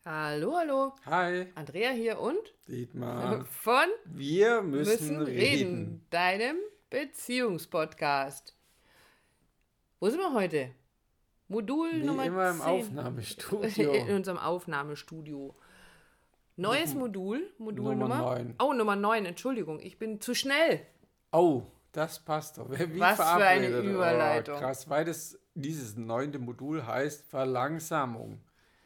Hallo, hallo. Hi, Andrea hier und Dietmar. von Wir Müssen müssen reden. deinem Beziehungspodcast. Wo sind wir heute? Modul Wie Nummer immer im 10 in Aufnahmestudio. unserem Aufnahmestudio. Neues Num Modul Nummer Nummer. 9. Oh, Nummer 9. Entschuldigung, ich bin zu schnell. Oh, das passt doch. Wie Was für eine verabredet. Oh, Überleitung. krass, weil dieses 9. Modul heißt Verlangsamung.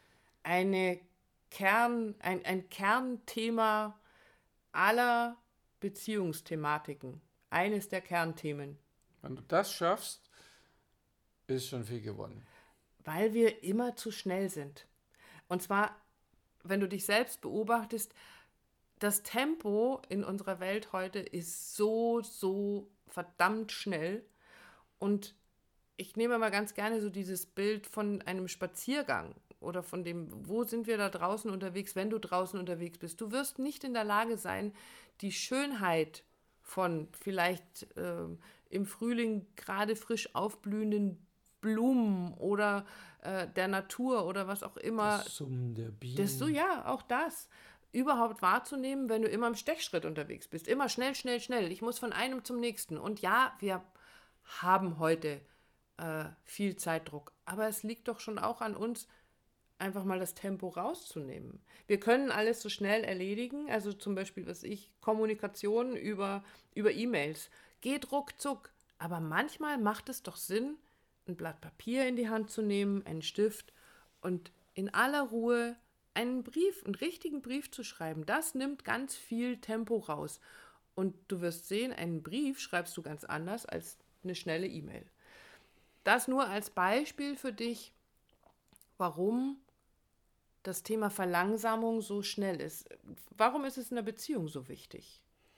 Ein Kernthema aller Beziehungsthematiken. Eines der Kernthemen. Wenn du das schaffst, ist schon viel gewonnen. Weil wir immer zu schnell sind. Und zwar, wenn du dich selbst beobachtest, das Tempo in unserer Welt heute ist so verdammt schnell. Und ich nehme mal ganz gerne so dieses Bild von einem Spaziergang oder von dem, wo sind wir da draußen unterwegs, wenn du draußen unterwegs bist. Du wirst nicht in der Lage sein, die Schönheit von vielleicht im Frühling gerade frisch aufblühenden Blumen oder der Natur oder was auch immer, Das Summen der ja, Bienen. auch das überhaupt wahrzunehmen, wenn du immer im Stechschritt unterwegs bist. Immer schnell, schnell, schnell. Ich muss von einem zum nächsten. Und ja, wir haben heute viel Zeitdruck. Aber es liegt doch schon auch an uns, einfach mal das Tempo rauszunehmen. Wir können alles so schnell erledigen, also zum Beispiel, Kommunikation über E-Mails. Geht ruckzuck. Aber manchmal macht es doch Sinn, ein Blatt Papier in die Hand zu nehmen, einen Stift und in aller Ruhe einen richtigen Brief zu schreiben. Das nimmt ganz viel Tempo raus. Und du wirst sehen, einen Brief schreibst du ganz anders als eine schnelle E-Mail. Das nur als Beispiel für dich, warum das Thema Verlangsamung so schnell ist. Warum ist es in der Beziehung so wichtig?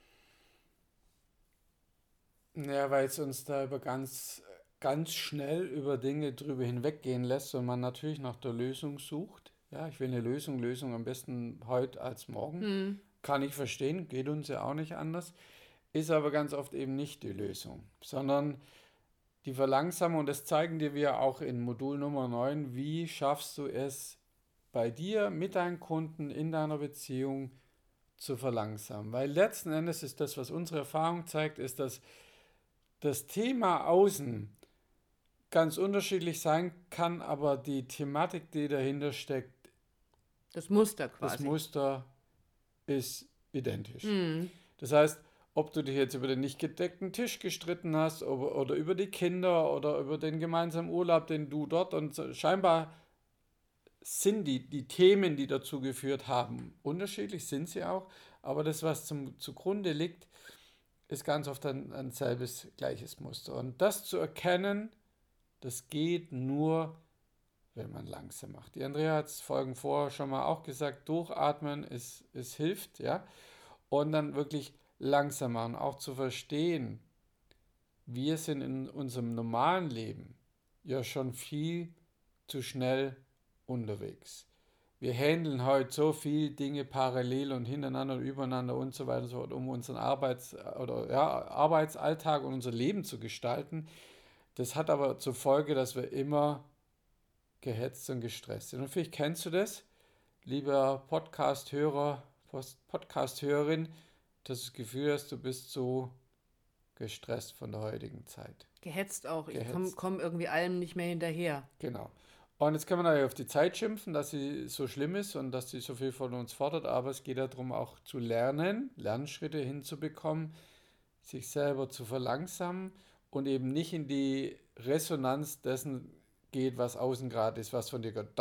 Ja, weil es uns da ganz schnell über Dinge drüber hinweggehen lässt und man natürlich nach der Lösung sucht. Ja, ich will eine Lösung am besten heute als morgen. Kann ich verstehen, geht uns ja auch nicht anders. Ist aber ganz oft eben nicht die Lösung, sondern die Verlangsamung, und das zeigen dir wir auch in Modul Nummer 9. Wie schaffst du es bei dir, mit deinen Kunden, in deiner Beziehung zu verlangsamen? Weil letzten Endes ist das, was unsere Erfahrung zeigt, ist, dass das Thema Außen ganz unterschiedlich sein kann, aber die Thematik, die dahinter steckt, Das Muster das quasi. Muster ist identisch. Das heißt, ob du dich jetzt über den nicht gedeckten Tisch gestritten hast oder über die Kinder oder über den gemeinsamen Urlaub, den du dort und scheinbar sind die Themen, die dazu geführt haben, unterschiedlich sind sie auch, aber das, was zugrunde liegt, ist ganz oft ein selbes, gleiches Muster. Und das zu erkennen, das geht nur, wenn man langsam macht. Die Andrea hat es Folgen vorher schon mal auch gesagt, durchatmen, es hilft, ja. Und dann wirklich langsam machen, auch zu verstehen, wir sind in unserem normalen Leben ja schon viel zu schnell unterwegs. Wir handeln heute so viele Dinge parallel und hintereinander und übereinander und so weiter und so fort, um unseren Arbeitsalltag und unser Leben zu gestalten. Das hat aber zur Folge, dass wir immer gehetzt und gestresst sind. Und vielleicht kennst du das, lieber Podcast-Hörer, Podcast-Hörerin, dass du das Gefühl hast, du bist so gestresst von der heutigen Zeit. Gehetzt auch. Ich Gehetzt. komm irgendwie allem nicht mehr hinterher. Genau. Und jetzt kann man natürlich auf die Zeit schimpfen, dass sie so schlimm ist und dass sie so viel von uns fordert, aber es geht darum, auch zu lernen, Lernschritte hinzubekommen, sich selber zu verlangsamen und eben nicht in die Resonanz dessen geht, was außen gerade ist, was von dir geht.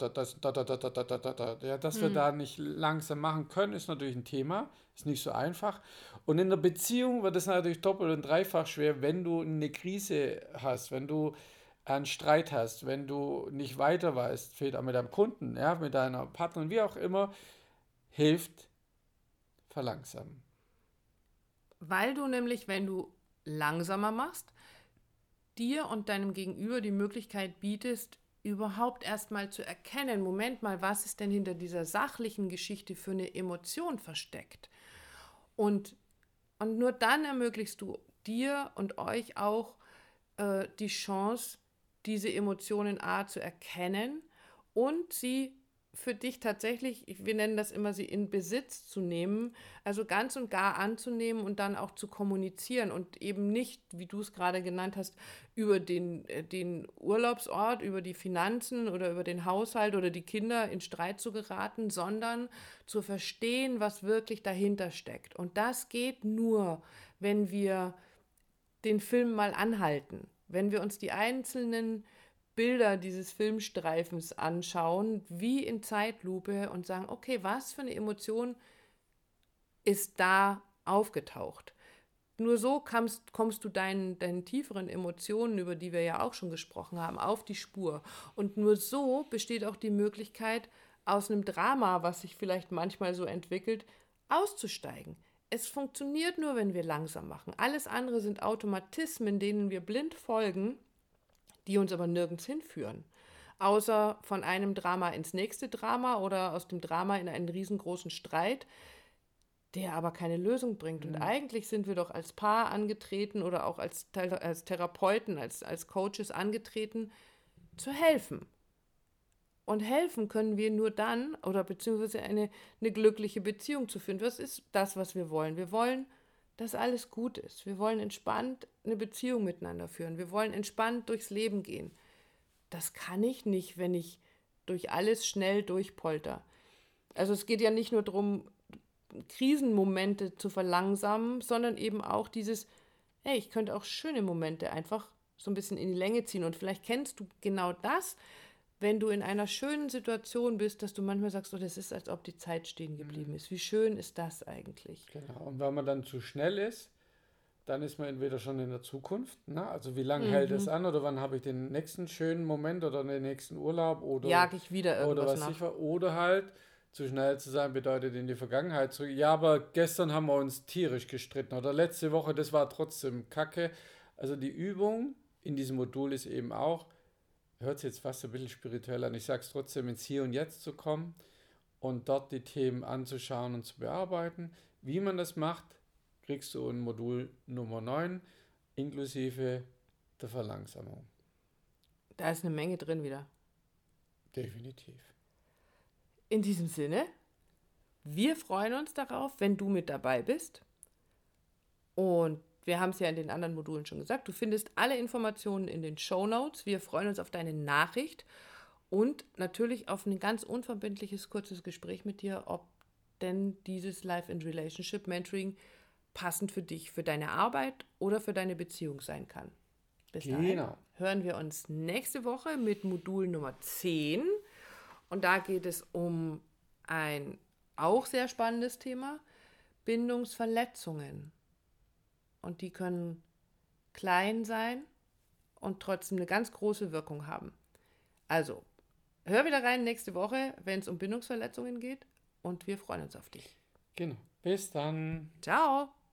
Ja, dass wir da nicht langsam machen können, ist natürlich ein Thema, ist nicht so einfach. Und in der Beziehung wird es natürlich doppelt und dreifach schwer, wenn du eine Krise hast, wenn du einen Streit hast, wenn du nicht weiter weißt, vielleicht auch mit deinem Kunden, ja, mit deiner Partnerin, wie auch immer, hilft verlangsamen. Weil du nämlich, wenn du langsamer machst, dir und deinem Gegenüber die Möglichkeit bietest, überhaupt erstmal zu erkennen, Moment mal, was ist denn hinter dieser sachlichen Geschichte für eine Emotion versteckt? Und, und nur dann ermöglichst du dir und euch auch die Chance, diese Emotionen A zu erkennen und sie für dich tatsächlich, wir nennen das immer, sie in Besitz zu nehmen, also ganz und gar anzunehmen und dann auch zu kommunizieren und eben nicht, wie du es gerade genannt hast, über den Urlaubsort, über die Finanzen oder über den Haushalt oder die Kinder in Streit zu geraten, sondern zu verstehen, was wirklich dahinter steckt. Und das geht nur, wenn wir den Film mal anhalten, wenn wir uns die einzelnen Bilder dieses Filmstreifens anschauen, wie in Zeitlupe und sagen, okay, was für eine Emotion ist da aufgetaucht? Nur so kommst du deinen tieferen Emotionen, über die wir ja auch schon gesprochen haben, auf die Spur. Und nur so besteht auch die Möglichkeit, aus einem Drama, was sich vielleicht manchmal so entwickelt, auszusteigen. Es funktioniert nur, wenn wir langsam machen. Alles andere sind Automatismen, denen wir blind folgen, die uns aber nirgends hinführen. Außer von einem Drama ins nächste Drama oder aus dem Drama in einen riesengroßen Streit, der aber keine Lösung bringt. Und eigentlich sind wir doch als Paar angetreten oder auch als Therapeuten, als Coaches angetreten, zu helfen. Und helfen können wir nur dann, oder beziehungsweise eine glückliche Beziehung zu führen. Was ist das, was wir wollen? Wir wollen, dass alles gut ist. Wir wollen entspannt eine Beziehung miteinander führen. Wir wollen entspannt durchs Leben gehen. Das kann ich nicht, wenn ich durch alles schnell durchpolter. Also es geht ja nicht nur darum, Krisenmomente zu verlangsamen, sondern eben auch dieses, hey, ich könnte auch schöne Momente einfach so ein bisschen in die Länge ziehen. Und vielleicht kennst du genau das, wenn du in einer schönen Situation bist, dass du manchmal sagst, oh, das ist, als ob die Zeit stehen geblieben ist. Wie schön ist das eigentlich? Genau. Und wenn man dann zu schnell ist, dann ist man entweder schon in der Zukunft, ne? Also wie lange hält es an oder wann habe ich den nächsten schönen Moment oder den nächsten Urlaub Jage ich wieder oder irgendwas was nach. ich war. Oder halt zu schnell zu sein bedeutet in die Vergangenheit zurück. Ja, aber gestern haben wir uns tierisch gestritten oder letzte Woche, das war trotzdem Kacke. Also die Übung in diesem Modul ist eben auch, hört sich jetzt fast ein bisschen spirituell an, ich sage es trotzdem, ins Hier und Jetzt zu kommen und dort die Themen anzuschauen und zu bearbeiten. Wie man das macht, kriegst du in Modul Nummer 9 inklusive der Verlangsamung. Da ist eine Menge drin wieder. Definitiv. In diesem Sinne, wir freuen uns darauf, wenn du mit dabei bist. Und wir haben es ja in den anderen Modulen schon gesagt, du findest alle Informationen in den Shownotes. Wir freuen uns auf deine Nachricht und natürlich auf ein ganz unverbindliches, kurzes Gespräch mit dir, ob denn dieses Life and Relationship Mentoring passend für dich, für deine Arbeit oder für deine Beziehung sein kann. Bis dahin hören wir uns nächste Woche mit Modul Nummer 10. Und da geht es um ein auch sehr spannendes Thema, Bindungsverletzungen. Und die können klein sein und trotzdem eine ganz große Wirkung haben. Also, hör wieder rein nächste Woche, wenn es um Bindungsverletzungen geht. Und wir freuen uns auf dich. Genau. Bis dann. Ciao.